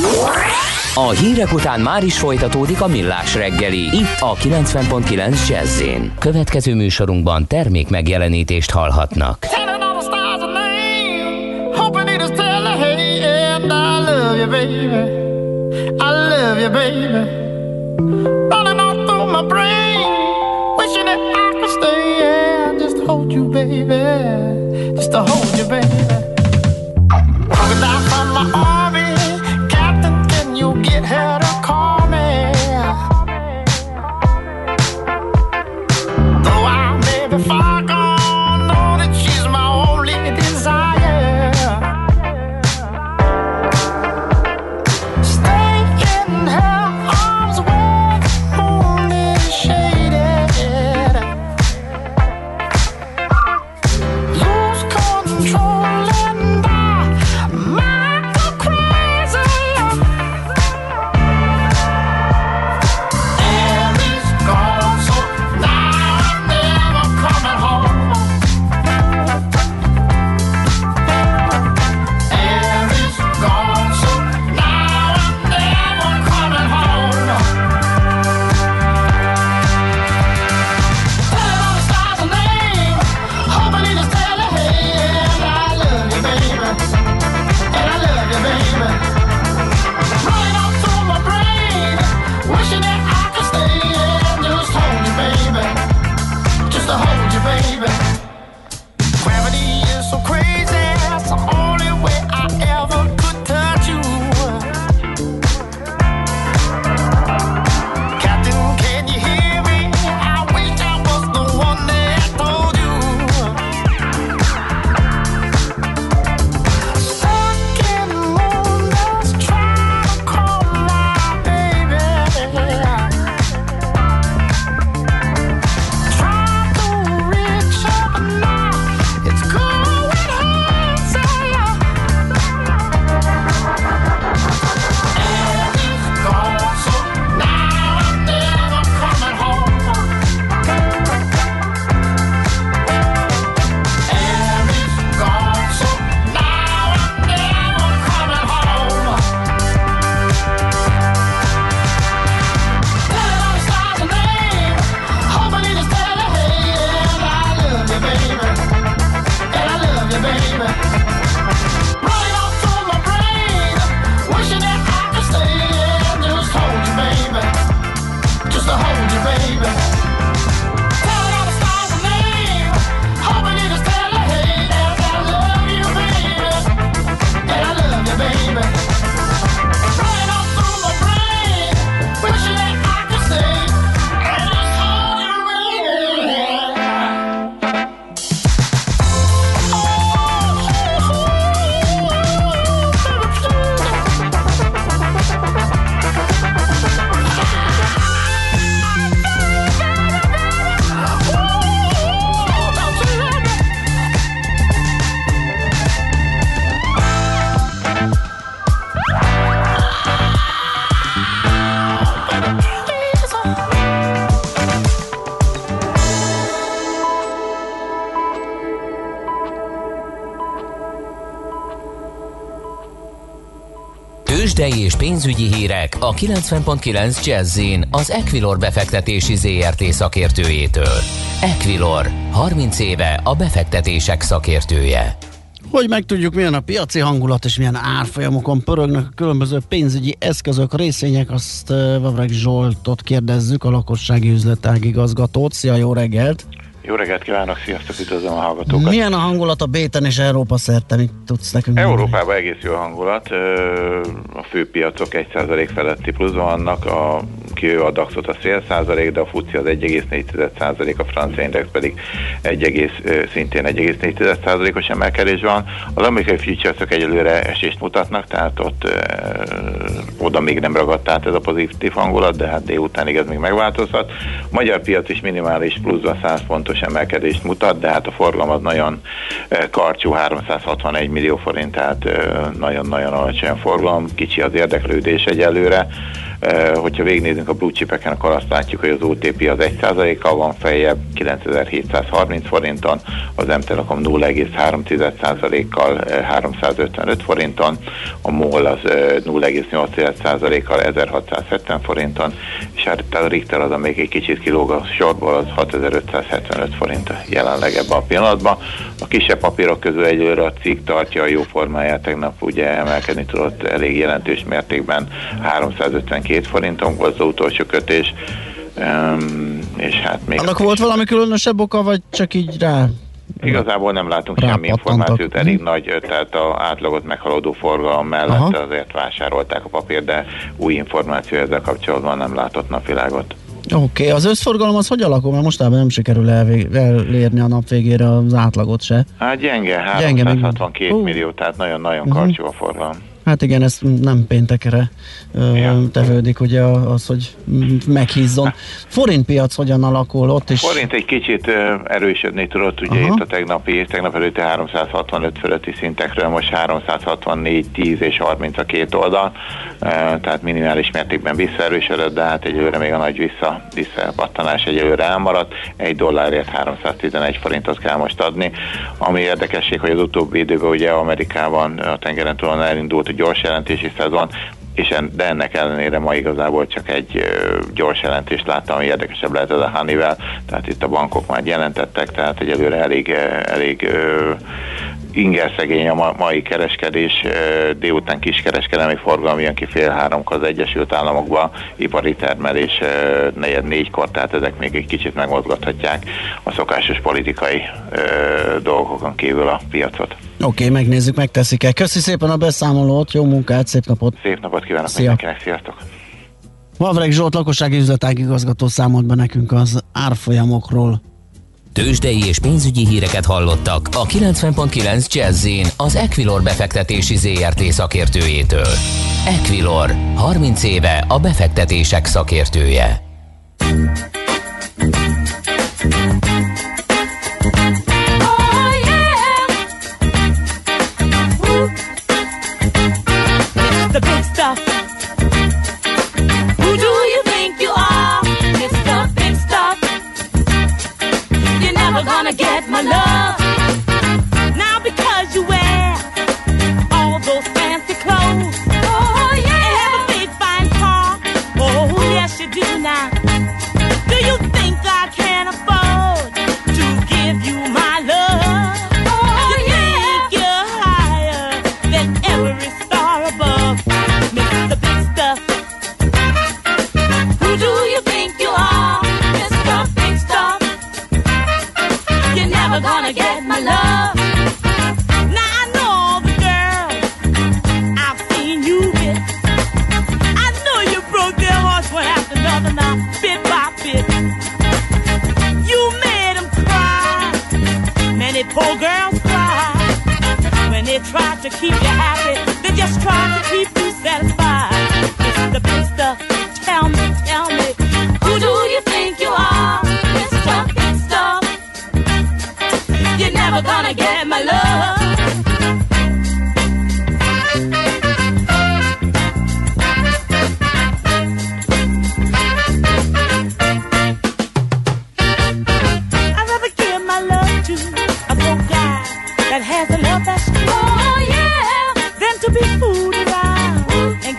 B: A hírek után már is folytatódik a Millás reggeli, itt a kilencven pont kilenc Jazz-in. Következő műsorunkban termék megjelenítést hallhatnak.
R: Baby, I love you, baby. Running all through my brain, wishing that I could stay and just hold you, baby. Just to hold you, baby. Walking down from my army, Captain, can you get her to call me? Though I may be far gone, know that she's my only desire. Stay in her arms where the moon is shaded.
B: Tőzsdei és pénzügyi hírek a kilencven pont kilenc Jazz-in az Equilor befektetési zé er té szakértőjétől. Equilor, harminc éve a befektetések szakértője.
L: Hogy megtudjuk, milyen a piaci hangulat és milyen árfolyamokon pörögnek a különböző pénzügyi eszközök, részvények, azt uh, Vavreg Zsoltot kérdezzük, a lakossági üzletág igazgatót. Szia, jó reggelt!
S: Jó reggelt kívánok, sziasztok, üdvözlöm a hallgatókat!
L: Milyen a hangulat a Béten és Európa szerte, mit tudsz nekünk
S: Európában
L: mondani?
S: egész jó a hangulat, a főpiacok egy százalék feletti pluszban vannak, a kijövő a daxot a fél százalék, de a fuci az egy egész négy százalék, a francia index pedig egy, szintén egy egész négy százalékos emelkedés van. Az amerikai futuresok egyelőre esést mutatnak, tehát ott ö, oda még nem ragadt át ez a pozitív hangulat, de hát délutánig ez még megváltozhat. A magyar piac is minimális pluszban száz pontos emelkedést mutat, de hát a forgalom az nagyon karcsú, háromszázhatvanegy millió forint, tehát nagyon-nagyon alacsony forgalom, kicsi az érdeklődés egyelőre. Uh, hogyha végignézünk a blue chipeken, akkor azt látjuk, hogy az o té pé az egy százalékkal van feljebb, kilencezer-hétszázharminc forinton, az M-Telekom nulla egész három százalékkal uh, háromszázötvenöt forinton, a MOL az uh, nulla egész nyolc százalékkal ezerhatszázhetven forinton, és hát a Richter az, még egy kicsit kilóg a sorból, az hatezer-ötszázhetvenöt forint jelenleg ebben a pillanatban. A kisebb papírok közül egyelőre a cikk tartja a jó formáját, tegnap ugye emelkedni tudott elég jelentős mértékben, háromszázötvenkét forinton volt az utolsó kötés, um, és hát még...
L: Annak volt valami különösebb oka, vagy csak így rá?
S: Igazából nem látunk semmi információt, elég nagy, tehát az átlagot meghaladó forgalom mellett Aha. azért vásárolták a papírt, de új információ ezzel kapcsolatban nem látott napvilágot.
L: Oké, okay. Az összforgalom az hogy alakul? Mert mostában nem sikerül elvég, elérni a nap végére az átlagot se.
S: Hát gyenge, háromszázhatvankét millió, tehát nagyon-nagyon uh-huh. karcsú a forgalom.
L: Hát igen, ez nem péntekre ja. tevődik, ugye az, hogy meghízzon. Forintpiac hogyan alakul ott is?
S: Forint egy kicsit erősödni tudott, ugye Aha. itt a tegnapi, tegnap előtti háromszázhatvanöt fölötti szintekről, most háromszázhatvannégy, tíz és harminc a két oldal, tehát minimális mértékben visszaerősödött, de hát egyelőre még a nagy vissza, visszapattanás egyelőre elmaradt, egy dollárért háromszáztizenegy forintot kell most adni. Ami érdekesség, hogy az utóbbi időben ugye Amerikában a tengeren túlon elindult gyors jelentési szezon, és en, de ennek ellenére ma igazából csak egy ö, gyors jelentést láttam, ami érdekesebb lehet ez a Honeywell, tehát itt a bankok már jelentettek, tehát egyelőre elég, elég ö, ingerszegény a ma, mai kereskedés, ö, délután kiskereskedelmi forgalom jön ki fél háromkor az Egyesült Államokba, ipari termelés ö, negyed négykor, tehát ezek még egy kicsit megmozgathatják a szokásos politikai ö, dolgokon kívül a piacot.
L: Oké, okay, megnézzük, megteszik el. Köszi szépen a beszámolót, jó munkát, szép napot!
S: Szép napot kívánok
L: Szia.
S: mindenkinek, sziasztok!
L: Vavreg Zsolt, lakossági üzletág igazgató számolt be nekünk az árfolyamokról.
B: Tőzsdei és pénzügyi híreket hallottak a kilencven pont kilenc Jazz-in az Equilor befektetési zé er té szakértőjétől. Equilor, harminc éve a befektetések szakértője.
P: The big stuff. Who do you think you are? Mister Big Stuff. You're never gonna get my love. Now because you wear all those fancy clothes. Oh yeah. And have a big fine car. Oh yes you do now. Do you think I can afford to give you my love? Oh you yeah. think you're higher than every star above. Mister Big Stuff. Who do you think you are? Mister Big Stuff. You're never gonna get my love. Now I know all the girls I've seen you with. I know you broke their hearts one after another now, bit by bit. You made them cry. Many poor girls cry. When they try to keep you happy, they just try to keep you satisfied. Mister Big Stuff, tell me, tell me, who do you think you are? Mister Big Stuff, you're never gonna get my love. I'd rather give my love to a broke guy that has a love that's oh yeah, than to be fooled around and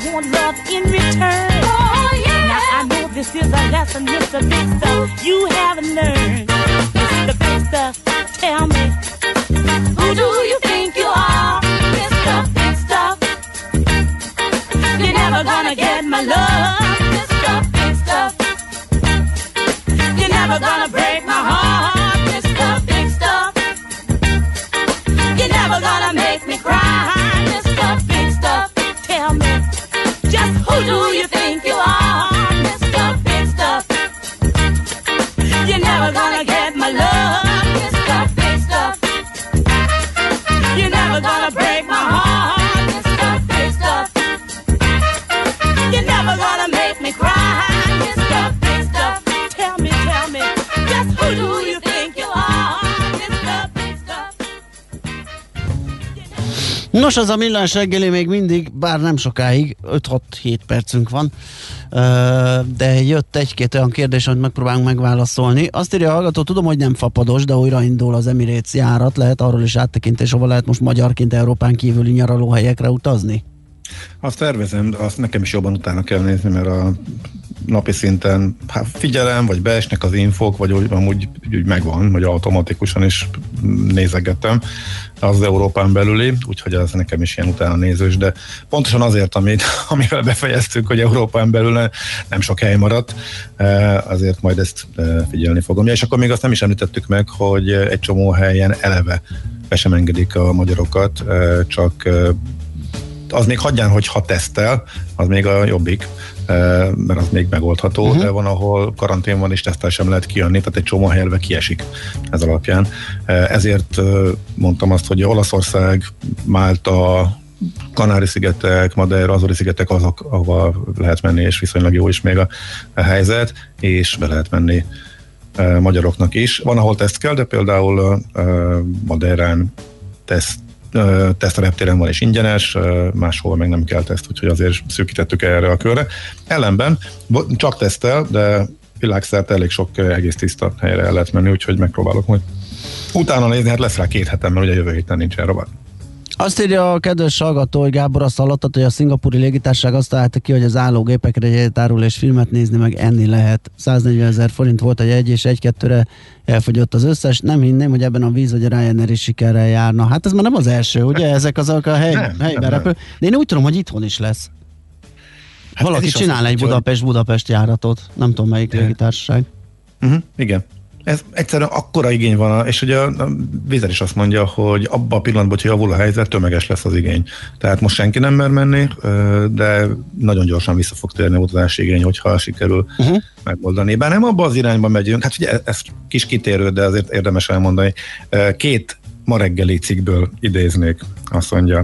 R: want love in return. Oh, yeah. Now I know this is a lesson, Mister Big Stuff, you haven't learned. Mister Big Stuff, tell me, who do you think you are, Mister Big Stuff? You're never gonna get my love, Mister Big Stuff. You're never gonna break my heart, Mister Big Stuff. You're never gonna make me cry, Mister Big Stuff. Tell me, just who do you think you are, Mister Big Stuff? You're never gonna get my love, Mister Big Stuff. You're never gonna break my heart, Mister Big Stuff. You're never gonna make me cry, Mister Big Stuff. Tell me, tell me, just who do you think you are, Mister Big Stuff?
L: Nos, az a millás reggeli még mindig, bár nem sokáig, öt-hat-hét percünk van, de jött egy-két olyan kérdés, amit megpróbálunk megválaszolni. Azt írja a hallgató, tudom, hogy nem fapados, de újra indul az Emirates járat, lehet arról is áttekintés, ahol lehet most magyarként Európán kívüli nyaralóhelyekre utazni?
M: Azt tervezem, de azt nekem is jobban utána kell nézni, mert a napi szinten hát figyelem, vagy beesnek az infók, vagy úgy, amúgy úgy megvan, hogy automatikusan is nézegettem az Európán belüli, úgyhogy az nekem is ilyen utána nézős, de pontosan azért, amit, amivel befejeztük, hogy Európán belül nem sok hely maradt, azért majd ezt figyelni fogom. Ja, és akkor még azt nem is említettük meg, hogy egy csomó helyen eleve be sem engedik a magyarokat, csak az még hagyján, hogy ha tesztel, az még a jobbik, mert az még megoldható, uh-huh. de van, ahol karantén van és tesztel sem lehet kijönni, tehát egy csomó helyelve kiesik ez alapján. Ezért mondtam azt, hogy Olaszország, Málta, Kanári-szigetek, Madeira, Azori-szigetek azok, ahova lehet menni, és viszonylag jó is még a, a helyzet, és be lehet menni magyaroknak is. Van, ahol teszt kell, de például Madeirán teszt teszt a reptéren van és ingyenes, máshol meg nem kell teszt, úgyhogy azért szűkítettük erre a körre. Ellenben csak tesztel, de világszerte elég sok egész tiszta helyre el lehet menni, úgyhogy megpróbálok majd utána nézni, hát lesz rá két hetem, mert ugye jövő héten nincsen robot.
L: Azt írja a kedves hallgató, hogy Gábor azt hallottad, hogy a szingapúri légitársaság azt találta ki, hogy az állógépekre jegyet árul és filmet nézni, meg enni lehet. száznegyvenezer forint volt a jegy, és egy-kettőre elfogyott az összes. Nem hinném, hogy ebben a víz vagy a Ryanair is sikerrel járna. Hát ez már nem az első, ugye? Ezek azok a hely, nem, helyben repül. De én úgy tudom, hogy itthon is lesz. Hát valaki csinál egy Budapest-Budapest járatot. Nem tudom, melyik légitársaság.
M: Uh-huh, igen. Ez egyszerűen akkora igény van, és ugye a Vizer is azt mondja, hogy abban a pillanatban, hogy javul a helyzet, tömeges lesz az igény. Tehát most senki nem mer menni, de nagyon gyorsan vissza fog térni a utazási igény, hogyha sikerül uh-huh. megoldani. Bár nem abban az irányba megyünk, hát ugye ez kis kitérő, de azért érdemes elmondani. Két ma reggeli cikkből idéznék, azt mondja,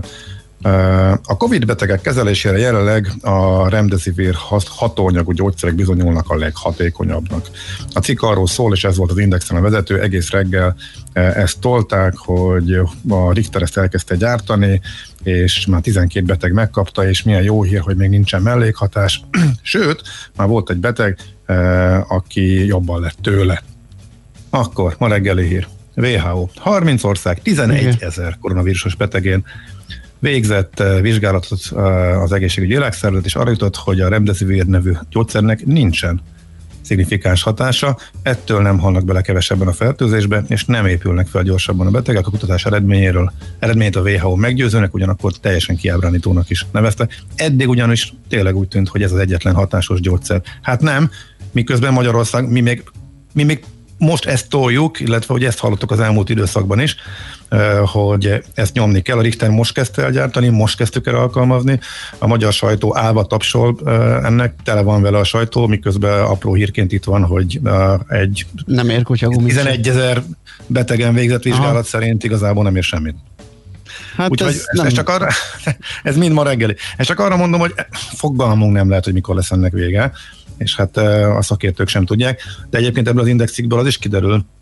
M: a Covid betegek kezelésére jelenleg a Remdesivir hatóanyagú gyógyszerek bizonyulnak a leghatékonyabbnak. A cikk arról szól, és ez volt az Indexen a vezető, egész reggel ezt tolták, hogy a Richter ezt elkezdte gyártani, és már tizenkét beteg megkapta, és milyen jó hír, hogy még nincsen mellékhatás. Sőt, már volt egy beteg, aki jobban lett tőle. Akkor, ma reggeli hír. vé há o. harminc ország, tizenegy ezer koronavírusos betegén végzett vizsgálatot az egészségügyi világszervezet, és arra jutott, hogy a Remdesivir nevű gyógyszernek nincsen szignifikáns hatása, ettől nem halnak bele kevesebben a fertőzésbe, és nem épülnek fel gyorsabban a betegek. A kutatás eredményéről, eredményét a vé há o meggyőzőnek, ugyanakkor teljesen kiábrándítónak is nevezte. Eddig ugyanis tényleg úgy tűnt, hogy ez az egyetlen hatásos gyógyszer. Hát nem, miközben Magyarország, mi még, mi még most ezt toljuk, illetve hogy ezt hallottuk az elmúlt időszakban is, hogy ezt nyomni kell. A Richter most kezdte el gyártani, most kezdtük el alkalmazni. A magyar sajtó állva tapsol ennek, tele van vele a sajtó, miközben apró hírként itt van, hogy egy
L: nem ér
M: tizenegy ezer betegen végzett vizsgálat Aha. szerint igazából nem ér semmit. Hát úgyhogy ez, ez, ez csak arra, ez mind ma reggeli. Ez csak arra mondom, hogy fogalmunk nem lehet, hogy mikor lesz ennek vége, és hát a szakértők sem tudják. De egyébként ebből az indexikből az is kiderül,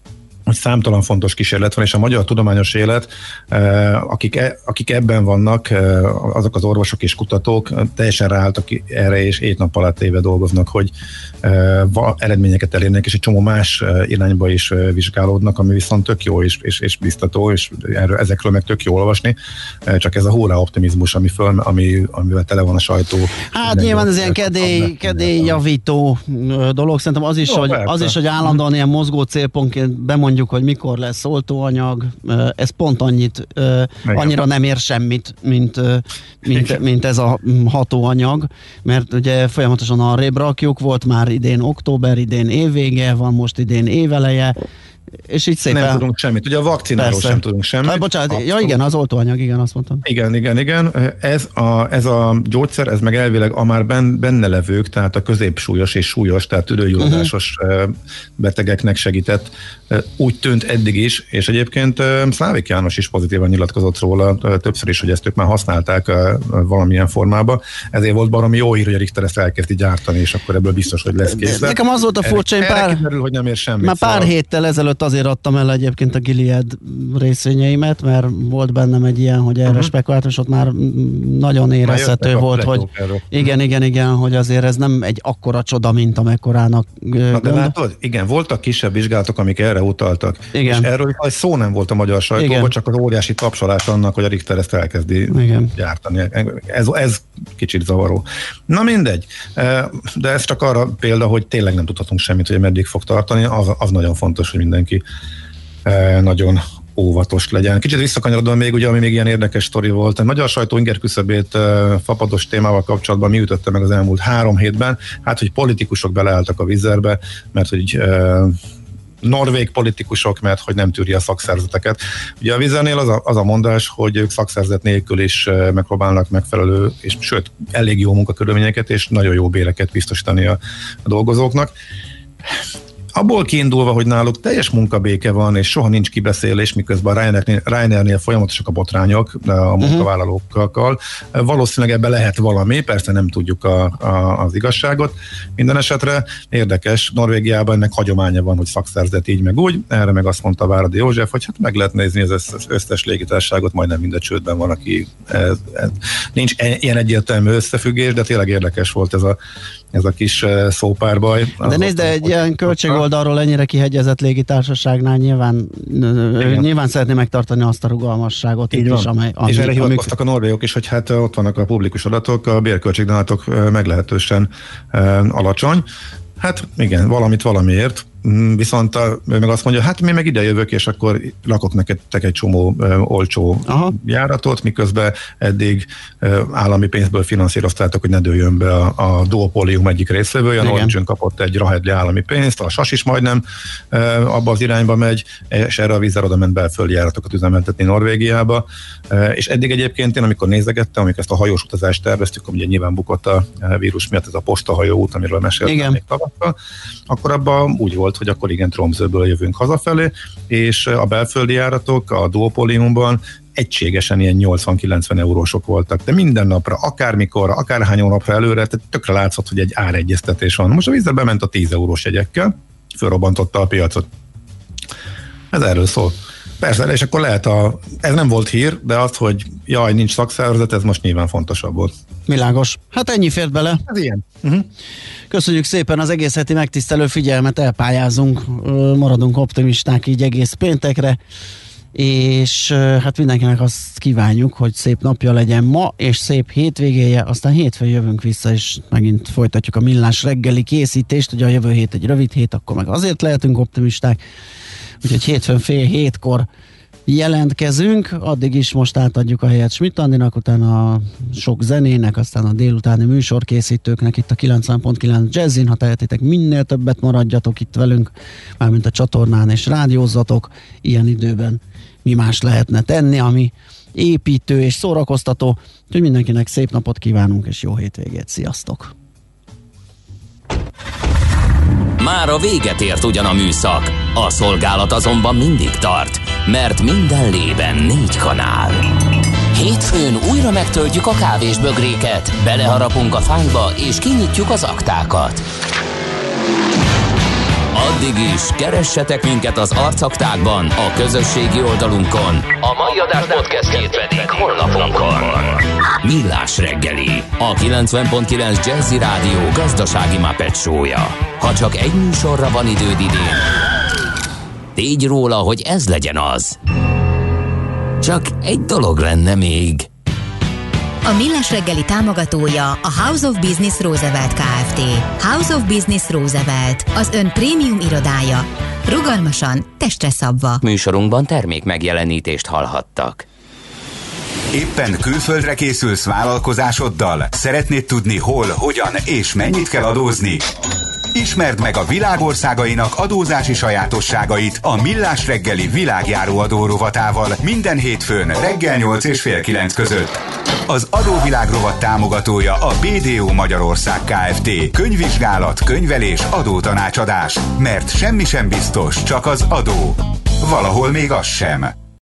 M: hogy számtalan fontos kísérlet van, és a magyar tudományos élet, akik, e, akik ebben vannak, azok az orvosok és kutatók teljesen ráálltak erre, és hét nap alatt éve dolgoznak, hogy eredményeket elérnek, és egy csomó más irányba is vizsgálódnak, ami viszont tök jó és, és, és biztató, és erről, ezekről meg tök jó olvasni, csak ez a hurrá optimizmus, ami föl, ami, amivel tele van a sajtó.
L: Hát nyilván ez ilyen kedély, kedélyjavító dolog, szerintem az is, jó, hogy, az is, hogy állandóan ilyen mozgó célpontként bemondjuk, hogy mikor lesz oltóanyag, ez pont annyit, annyira nem ér semmit, mint, mint, mint ez a hatóanyag, mert ugye folyamatosan arrébb rakjuk, volt már idén október, idén évvége, van most idén éveleje, és így szépen...
M: Nem tudunk semmit. Ugye a vakcináról Persze. sem tudunk semmit.
L: Hát, bocsánat, ja igen, az oltóanyag, igen, azt mondtam.
M: Igen, igen, igen. Ez a, ez a gyógyszer, ez meg elvileg a már benne levők, tehát a középsúlyos és súlyos, tehát tüdőgyulladásos uh-huh. betegeknek segített. Úgy tűnt eddig is, és egyébként Szlávik János is pozitívan nyilatkozott róla többször is, hogy ezt ők már használták valamilyen formában. Ezért volt baromi jó hír, hogy a Richter ezt elkezdi gyártani, és akkor ebből biztos, hogy lesz kész.
L: Nekem az volt a furcsa, én pár,
M: kiderül, hogy nem ér semmit,
L: már pár
M: szóval.
L: héttel ezelőtt azért adtam el egyébként a Gilead részvényeimet, mert volt bennem egy ilyen, hogy erre uh-huh. spekuláltam, és ott már nagyon érezhető volt, hogy igen, igen, igen, hogy azért ez nem egy akkora csoda, mint amekkorának
M: Na, de látod? Igen, voltak kisebb vizsgálatok, amik erre utaltak. Igen. És erről szó nem volt a magyar sajtóban, igen. csak az óriási tapsolás annak, hogy a Richter ezt elkezdi igen. gyártani. Ez, ez kicsit zavaró. Na mindegy, de ez csak arra példa, hogy tényleg nem tudhatunk semmit, hogy meddig fog tartani, az, az nagyon fontos, hogy mindenki nagyon óvatos legyen. Kicsit visszakanyarodom még, ugye, ami még ilyen érdekes sztori volt. A magyar sajtó inger küszöbét fapados témával kapcsolatban mi ütötte meg az elmúlt három hétben? Hát, hogy politikusok beleálltak a vizerbe, mert hogy norvég politikusok, mert hogy nem tűri a szakszerzeteket. Ugye a Vizernél az a, az a mondás, hogy ők szakszerzet nélkül is megpróbálnak megfelelő, és sőt, elég jó munkakörülményeket és nagyon jó béreket biztosítani a, a dolgozóknak. Abból kiindulva, hogy náluk teljes munkabéke van, és soha nincs kibeszélés, miközben a Ryanairnél, Ryanairnél folyamatosak a botrányok a munkavállalókkal. Valószínűleg ebbe lehet valami, persze nem tudjuk a, a, az igazságot. Minden esetre érdekes, Norvégiában ennek hagyománya van, hogy szakszerzet így meg úgy. Erre meg azt mondta Váradi József, hogy hát meg lehet nézni az összes, összes légitársaságot, majdnem minden csődben van, aki ez, ez, nincs ilyen egyértelmű összefüggés, de tényleg érdekes volt ez a ez a kis szópárbaj.
L: De nézd, de egy ilyen költségoldalról ennyire kihegyezett légitársaságnál nyilván, nyilván szeretné megtartani azt a rugalmasságot. Itt is, amely,
M: és erre hivatkoztak a norvégok is, hogy hát ott vannak a publikus adatok, a bérköltségdíjak meglehetősen alacsony. Hát igen, valamit valamiért. Viszont a, ő meg azt mondja, hát mi meg ide jövök, és akkor lakok nektek egy csomó ö, olcsó Aha. járatot, miközben eddig ö, állami pénzből finanszíroztátok, hogy ne dőljön be a, a duopólium egyik részvevője. A Norwegian kapott egy rahedli állami pénzt, a SAS is majdnem ö, abba az irányba megy, és erre a Vizer oda ment belföldi járatokat üzemeltetni Norvégiába. Ö, és eddig egyébként én, amikor nézegettem, amikor ezt a hajós utazást terveztük, ugye nyilván bukott a vírus miatt ez a postahajó út, amiről meséltem még tavasszal, akkor abban úgy volt, hogy akkor igen, Tromsøből jövünk hazafelé, és a belföldi járatok a duopóliumban egységesen ilyen nyolcvan-kilencven eurósok voltak, de minden napra, akármikor, akárhány hónapra előre, tehát tökre látszott, hogy egy áregyeztetés van. Most a Vizer bement a tíz eurós jegyekkel, fölrobbantotta a piacot. Ez erről szól. Persze, és akkor lehet a... Ez nem volt hír, de az, hogy jaj, nincs szakszervezet, ez most nyilván fontosabb volt.
L: Világos. Hát ennyi fért bele.
M: Ez ilyen. Uh-huh.
L: Köszönjük szépen az egész heti megtisztelő figyelmet, elpályázunk, maradunk optimisták így egész péntekre, és hát mindenkinek azt kívánjuk, hogy szép napja legyen ma, és szép hétvégéje, aztán hétfőn jövünk vissza, és megint folytatjuk a millás reggeli készítést, ugye a jövő hét egy rövid hét, akkor meg azért lehetünk optimisták, úgyhogy hétfőn fél hétkor jelentkezünk, addig is most átadjuk a helyet Schmidt Andinak, utána a sok zenének, aztán a délutáni műsorkészítőknek itt a kilencven pont kilenc Jazzin, ha tehetitek, minél többet maradjatok itt velünk, mármint a csatornán, és rádiózzatok, ilyen időben mi más lehetne tenni, ami építő és szórakoztató, úgyhogy mindenkinek szép napot kívánunk, és jó hétvégét, sziasztok!
B: Már a véget ért ugyan a műszak, a szolgálat azonban mindig tart, mert minden lében négy kanál. Hétfőn újra megtöltjük a kávésbögréket, beleharapunk a fányba és kinyitjuk az aktákat. Addig is, keressetek minket az arcaktákban, a közösségi oldalunkon. A mai adás podcastjét pedig honlapunkon. Millás reggeli, a kilencven pont kilenc Jazzy Rádió gazdasági Muppet show-ja. Ha csak egy műsorra van időd idén, tégy róla, hogy ez legyen az. Csak egy dolog lenne még.
J: A Millás reggeli támogatója a House of Business Roosevelt Kft. House of Business Roosevelt, az ön prémium irodája. Rugalmasan, testre szabva.
B: Műsorunkban termék megjelenítést hallhattak.
T: Éppen külföldre készülsz vállalkozásoddal? Szeretnéd tudni hol, hogyan és mennyit kell adózni? Ismerd meg a világ országainak adózási sajátosságait a Millás reggeli világjáró adó rovatával minden hétfőn reggel nyolc és fél kilenc között. Az adóvilág rovat támogatója a bé dé o Magyarország Kft. Könyvvizsgálat, könyvelés, adótanácsadás. Mert semmi sem biztos, csak az adó. Valahol még az sem.